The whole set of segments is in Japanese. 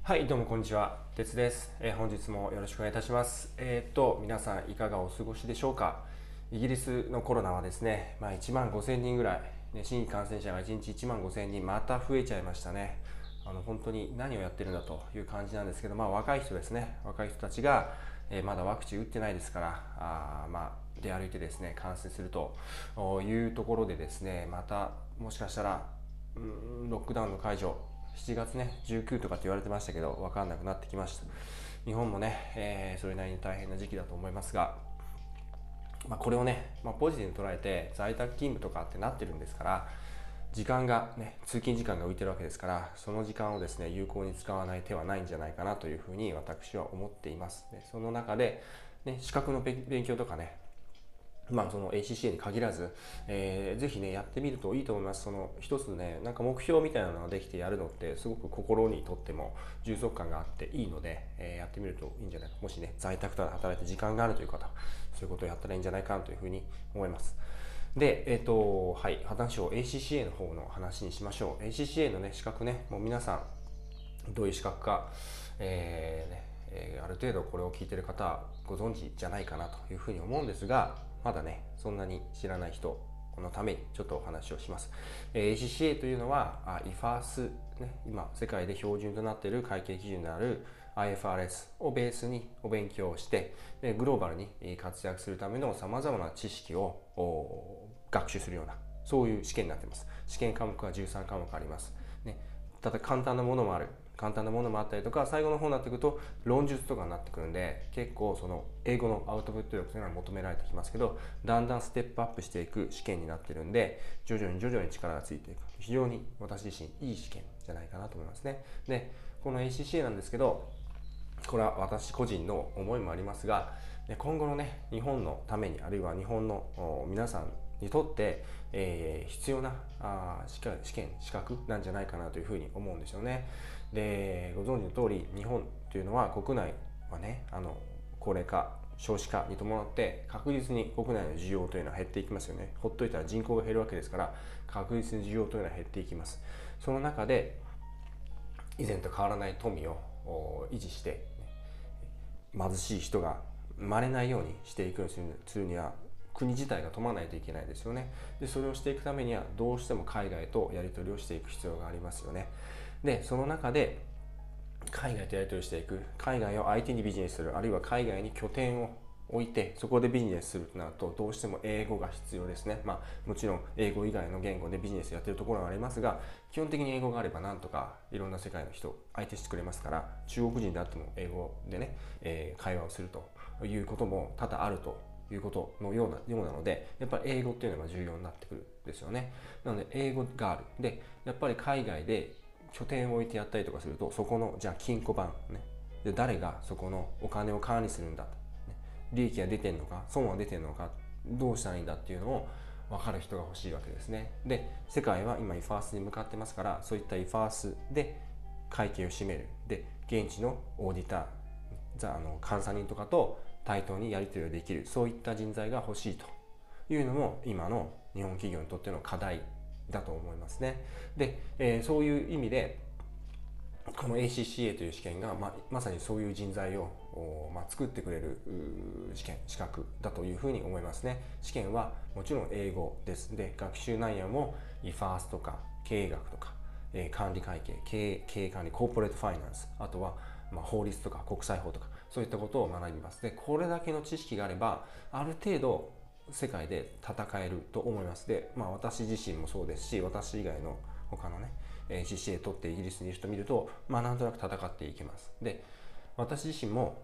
はい、どうもこんにちは。鉄です。本日もよろしくお願いいたします。皆さんいかがお過ごしでしょうか。イギリスのコロナはですね、1万5千人ぐらい、新規感染者が1日1万5千人、また増えちゃいましたね。本当に何をやってるんだという感じなんですけど、若い人ですね、若い人たちが、まだワクチン打ってないですから、出歩いてですね、感染するというところでですね、またもしかしたら、ロックダウンの解除、7月ね19とかって言われてましたけど分かんなくなってきました。日本もね、それなりに大変な時期だと思いますが、これをね、ポジティブに捉えて在宅勤務とかってなってるんですから、時間がね、通勤時間が浮いてるわけですから、その時間をですね有効に使わない手はないんじゃないかなというふうに私は思っています。でその中で、資格の勉強とかね、その ACCA に限らず、ぜひねやってみるといいと思います。その一つね、なんか目標みたいなのができてやるのってすごく心にとっても充足感があっていいので、やってみるといいんじゃないか。もしね在宅で働いて時間があるという方、そういうことをやったらいいんじゃないかなというふうに思います。で、はい、話を ACCA の方の話にしましょう。ACCA のね資格ね、もう皆さんどういう資格か、ある程度これを聞いている方はご存知じゃないかなというふうに思うんですが、まだねそんなに知らない人のためにちょっとお話をします。ACCA というのはIFRS、今世界で標準となっている会計基準である IFRS をベースにお勉強をして、グローバルに活躍するためのさまざまな知識を学習するような、そういう試験になっています。試験科目は13科目あります。ただ簡単なものもある、簡単なものもあったりとか、最後の方になってくると論述とかになってくるんで、結構その英語のアウトプット力というのは求められてきますけど、だんだんステップアップしていく試験になってるんで、徐々に力がついていく、非常に私自身いい試験じゃないかなと思いますね。でこの ACCA なんですけど、これは私個人の思いもありますが、今後のね日本のために、あるいは日本の皆さんにとって、必要な試験資格なんじゃないかなというふうに思うんですよね。でご存知の通り、日本というのは国内はね、高齢化少子化に伴って確実に国内の需要というのは減っていきますよね。ほっといたら人口が減るわけですから、確実に需要というのは減っていきます。その中で以前と変わらない富を維持して、貧しい人が生まれないようにしていくようにするには、国自体が富まないといけないですよね。でそれをしていくためにはどうしても海外とやり取りをしていく必要がありますよね。でその中で海外とやり取りしていく、海外を相手にビジネスする、あるいは海外に拠点を置いてそこでビジネスするとなると、どうしても英語が必要ですね。もちろん英語以外の言語でビジネスやってるところがありますが、基本的に英語があればなんとかいろんな世界の人相手してくれますから、中国人であっても英語でね、会話をするということも多々あるということのようなので、やっぱり英語っていうのが重要になってくるんですよね。なので英語がある。でやっぱり海外で拠点を置いてやったりとかすると、そこのじゃあ金庫番ね、で誰がそこのお金を管理するんだと、利益が出てるのか損は出てるのか、どうしたらいいんだっていうのを分かる人が欲しいわけですね。で世界は今 IFRS に向かってますから、そういった IFRS で会計を占める、で現地のオーディター、監査人とかと対等にやり取りをできる、そういった人材が欲しいというのも今の日本企業にとっての課題だと思いますね。で、そういう意味でこの ACCA という試験が、まさにそういう人材を、作ってくれる資格だというふうに思いますね。試験はもちろん英語です。で学習内容も IFRS とか経営学とか、管理会計、経営管理、コーポレートファイナンス、あとは法律とか国際法とか、そういったことを学びます。でこれだけの知識があればある程度世界で戦えると思います。で、私自身もそうですし、私以外の他のね CCA 取ってイギリスにいる人見ると、なんとなく戦っていきます。で私自身も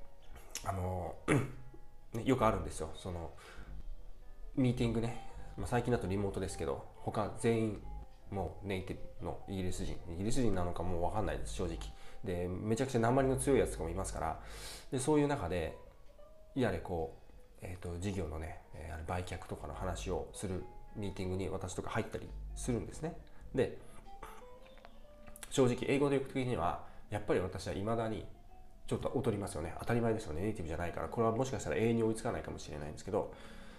よくあるんですよ、そのミーティングね、最近だとリモートですけど、他全員もうネイティブのイギリス人なのかもう分かんないです、正直。でめちゃくちゃ訛りの強いやつとかもいますから、でそういう中でやれ事業のね売却とかの話をするミーティングに私とか入ったりするんですね。で正直英語力的にはやっぱり私は未だにちょっと劣りますよね。当たり前ですよね、ネイティブじゃないから。これはもしかしたら永遠に追いつかないかもしれないんですけど、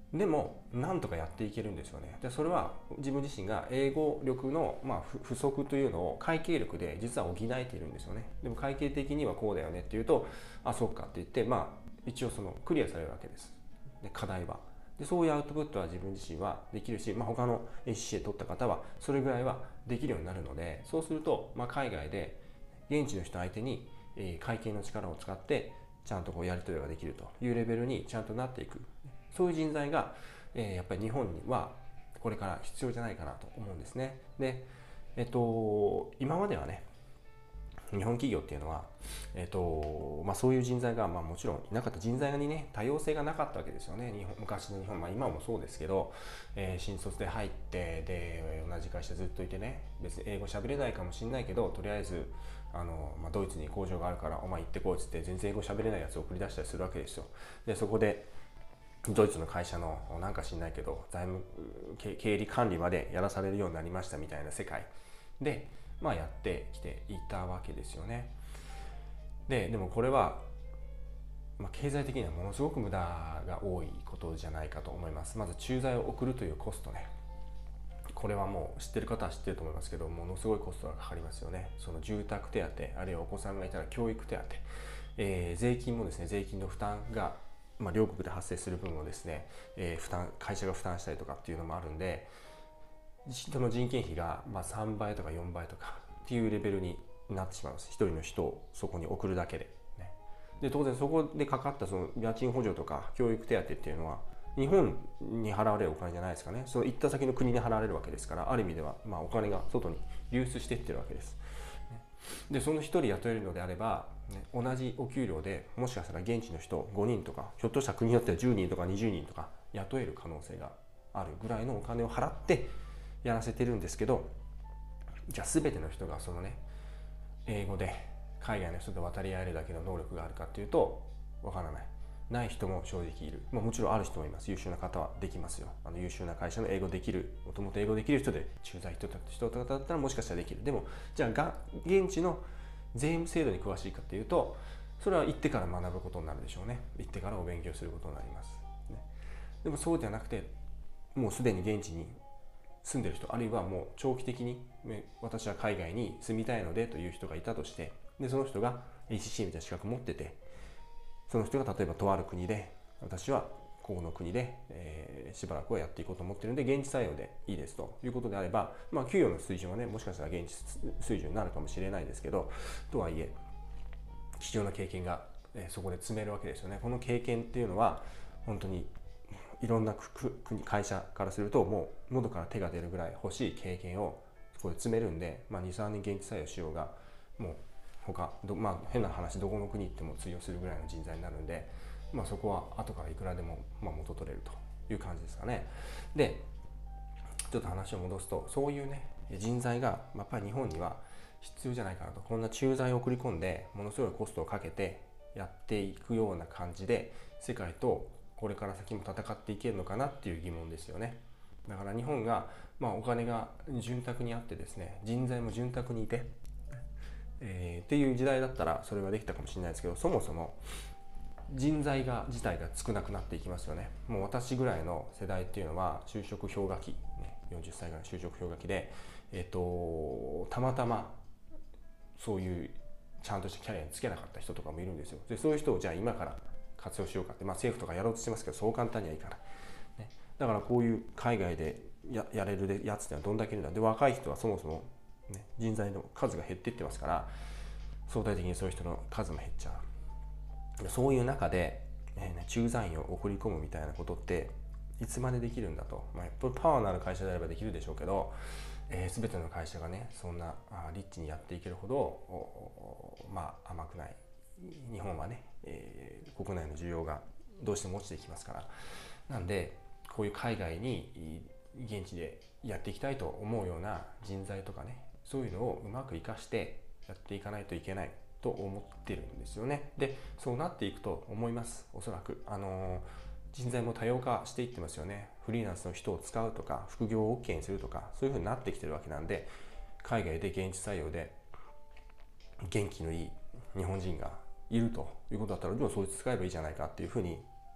でもなんとかやっていけるんですよね。でそれは自分自身が英語力の、不足というのを会計力で実は補えているんですよね。でも会計的にはこうだよねっていうと、あ、そうかって言って、一応そのクリアされるわけです。で課題は。でそういうアウトプットは自分自身はできるし、他の ACCA 取った方はそれぐらいはできるようになるので、そうすると、海外で現地の人相手に会計の力を使ってちゃんとこうやり取りができるというレベルにちゃんとなっていく、そういう人材が、やっぱり日本にはこれから必要じゃないかなと思うんですね。で、今まではね、日本企業っていうのは、そういう人材が、もちろんいなかった、人材にね多様性がなかったわけですよね。昔の日本、今もそうですけど、新卒で入ってで同じ会社ずっといてね、別に英語喋れないかもしれないけど、とりあえずドイツに工場があるからお前行ってこいっつって全然英語喋れないやつを送り出したりするわけですよ。でそこでドイツの会社のなんか知んないけど財務経理管理までやらされるようになりましたみたいな世界で、やってきていたわけですよね。でもこれは、経済的にはものすごく無駄が多いことじゃないかと思います。まず駐在を送るというコストね、これはもう知ってる方は知ってると思いますけど、ものすごいコストがかかりますよね。その住宅手当、あるいはお子さんがいたら教育手当、税金もですね、税金の負担が、両国で発生する分をですね、会社が負担したりとかっていうのもあるんで、その人件費が3倍とか4倍とかっていうレベルになってしまいます。一人の人をそこに送るだけで、ね。で当然そこでかかったその家賃補助とか教育手当っていうのは日本に払われるお金じゃないですかね。その行った先の国に払われるわけですから、ある意味ではお金が外に流出していってるわけです。でその1人雇えるのであれば、同じお給料でもしかしたら現地の人5人とか、ひょっとしたら国によっては10人とか20人とか雇える可能性があるぐらいのお金を払ってやらせてるんですけど、じゃあ全ての人がそのね英語で海外の人と渡り合えるだけの能力があるかっていうとわからない人も正直いる。もちろんある人もいます。優秀な方はできますよ。優秀な会社の英語できる、もともと英語できる人で駐在人だったらもしかしたらできる。でもじゃあ現地の税務制度に詳しいかっていうと、それは行ってから学ぶことになるでしょうね。行ってからお勉強することになります、でもそうではなくて、もうすでに現地に住んでる人、あるいはもう長期的に私は海外に住みたいのでという人がいたとして、でその人が ACCA みたいな資格持ってて、その人が例えばとある国で、私はこの国で、しばらくはやっていこうと思っているので現地採用でいいですということであれば、給与の水準はね、もしかしたら現地水準になるかもしれないですけど、とはいえ貴重な経験が、そこで積めるわけですよね。この経験っていうのは本当にいろんな会社からするともう喉から手が出るぐらい欲しい経験をそこで積めるんで、2、3年現地採用しようがもう変な話、どこの国行っても通用するぐらいの人材になるんで、そこは後からいくらでも元取れるという感じですかね。でちょっと話を戻すと、そういうね人材がやっぱり日本には必要じゃないかなと。こんな駐在を送り込んでものすごいコストをかけてやっていくような感じで世界とこれから先も戦っていけるのかなっていう疑問ですよね。だから日本が、お金が潤沢にあってですね、人材も潤沢にいて、っていう時代だったらそれはできたかもしれないですけど、そもそも人材自体が少なくなっていきますよね。もう私ぐらいの世代っていうのは就職氷河期、40歳ぐらいの就職氷河期で、たまたまそういうちゃんとしたキャリアにつけなかった人とかもいるんですよ。でそういう人をじゃあ今から活用しようかって、政府とかやろうとしてますけど、そう簡単にはいかない、だからこういう海外で やれるやつってのはどんだけいるんだ。で若い人はそもそも、人材の数が減っていってますから、相対的にそういう人の数も減っちゃう。そういう中で、駐在員を送り込むみたいなことっていつまでできるんだと。やっぱりパワーのある会社であればできるでしょうけど、全ての会社がねそんなリッチにやっていけるほど甘くない。日本はね、国内の需要がどうしても落ちてきますから。なんでこういう海外に現地でやっていきたいと思うような人材とかね、そういうのをうまく生かしてやっていかないといけないと思ってるんですよね。でそうなっていくと思います。おそらく人材も多様化していってますよね。フリーランスの人を使うとか副業を OK にするとか、そういうふうになってきてるわけなんで、海外で現地採用で元気のいい日本人がいるということだったら、でもそいつ使えばいいじゃないかっていうふうに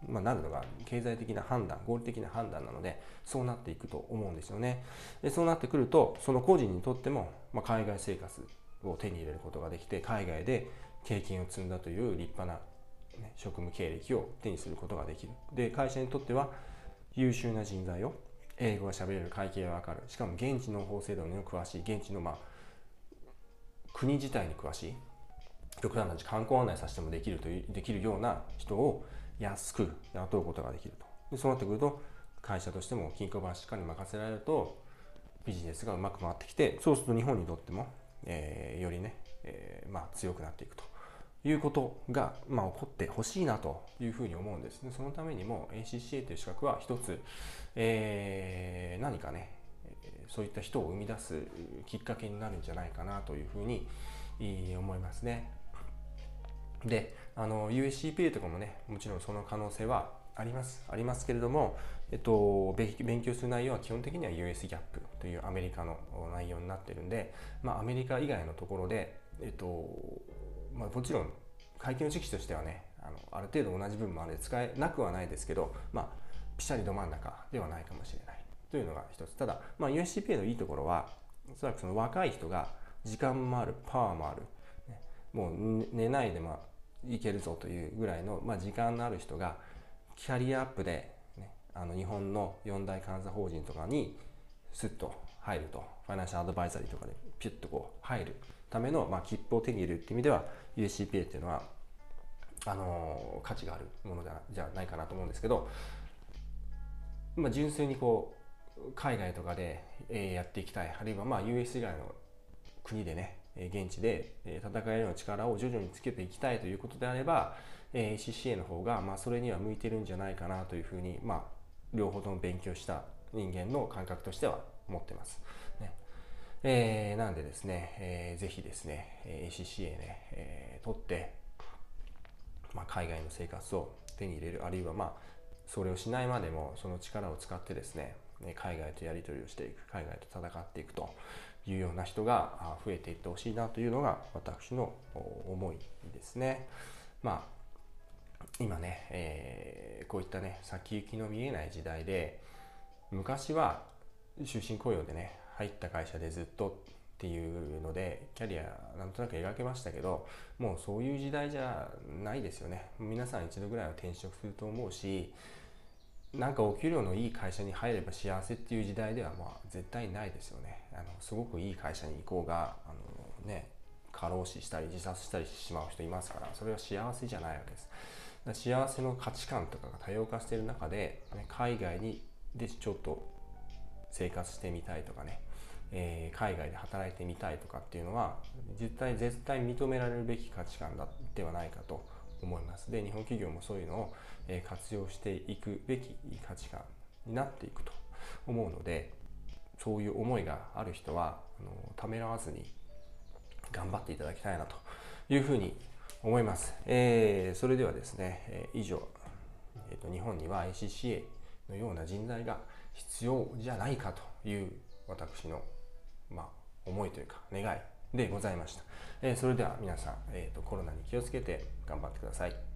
なるのが経済的な判断、合理的な判断なので、そうなっていくと思うんですよね。でそうなってくると、その個人にとっても、海外生活を手に入れることができて、海外で経験を積んだという立派な、職務経歴を手にすることができる。で会社にとっては優秀な人材を、英語が喋れる、会計が分かる、しかも現地の法制度に詳しい、現地の国自体に詳しい、極端な話、観光案内させてもできるような人を安く雇うことができると。でそうなってくると、会社としても金庫番しっかり任せられるとビジネスがうまく回ってきて、そうすると日本にとっても、よりね、強くなっていくということが、起こってほしいなというふうに思うんですね。そのためにも ACCA という資格は一つ、何かね、そういった人を生み出すきっかけになるんじゃないかなというふうに思いますね。で、USCPA とかもね、もちろんその可能性はありますけれども、勉強する内容は基本的には US ギャップというアメリカの内容になっているんで、アメリカ以外のところで、もちろん会計の知識としてはね、ある程度同じ部分もあるので使えなくはないですけど、ピシャリど真ん中ではないかもしれないというのが一つ。ただ、USCPA のいいところは、おそらくその若い人が時間もある、パワーもある、もう寝ないでいけるぞというぐらいの、時間のある人がキャリアアップで、日本の4大監査法人とかにスッと入ると、ファイナンシャルアドバイザリーとかでピュッと入るための、切符を手に入れるっていう意味では USCPA っていうのは価値があるものじゃないかなと思うんですけど、純粋に海外とかでやっていきたい、あるいはUS 以外の国でね、現地で戦えるような力を徐々につけていきたいということであれば、ACCA の方がそれには向いてるんじゃないかなというふうに、両方とも勉強した人間の感覚としては思ってます、ね。なのでですね、ぜひですね ACCA ね、取って、海外の生活を手に入れる、あるいはそれをしないまでもその力を使ってですね、海外とやり取りをしていく、海外と戦っていくというような人が増えていってほしいなというのが私の思いですね。今ね、こういったね、先行きの見えない時代で、昔は終身雇用でね、入った会社でずっとっていうのでキャリアなんとなく描けましたけど、もうそういう時代じゃないですよね。皆さん一度ぐらいは転職すると思うし、なんかお給料のいい会社に入れば幸せっていう時代では絶対ないですよね。すごくいい会社に行こうが過労死したり自殺したりしてしまう人いますから、それは幸せじゃないわけです。幸せの価値観とかが多様化している中で、海外でちょっと生活してみたいとかね、海外で働いてみたいとかっていうのは絶対認められるべき価値観ではないかと思います。で、日本企業もそういうのを活用していくべき価値観になっていくと思うので、そういう思いがある人はためらわずに頑張っていただきたいなというふうに思います。それではですね、以上、日本には ACCA のような人材が必要じゃないかという私の思いというか願いでございました。それでは皆さん、コロナに気をつけて頑張ってください。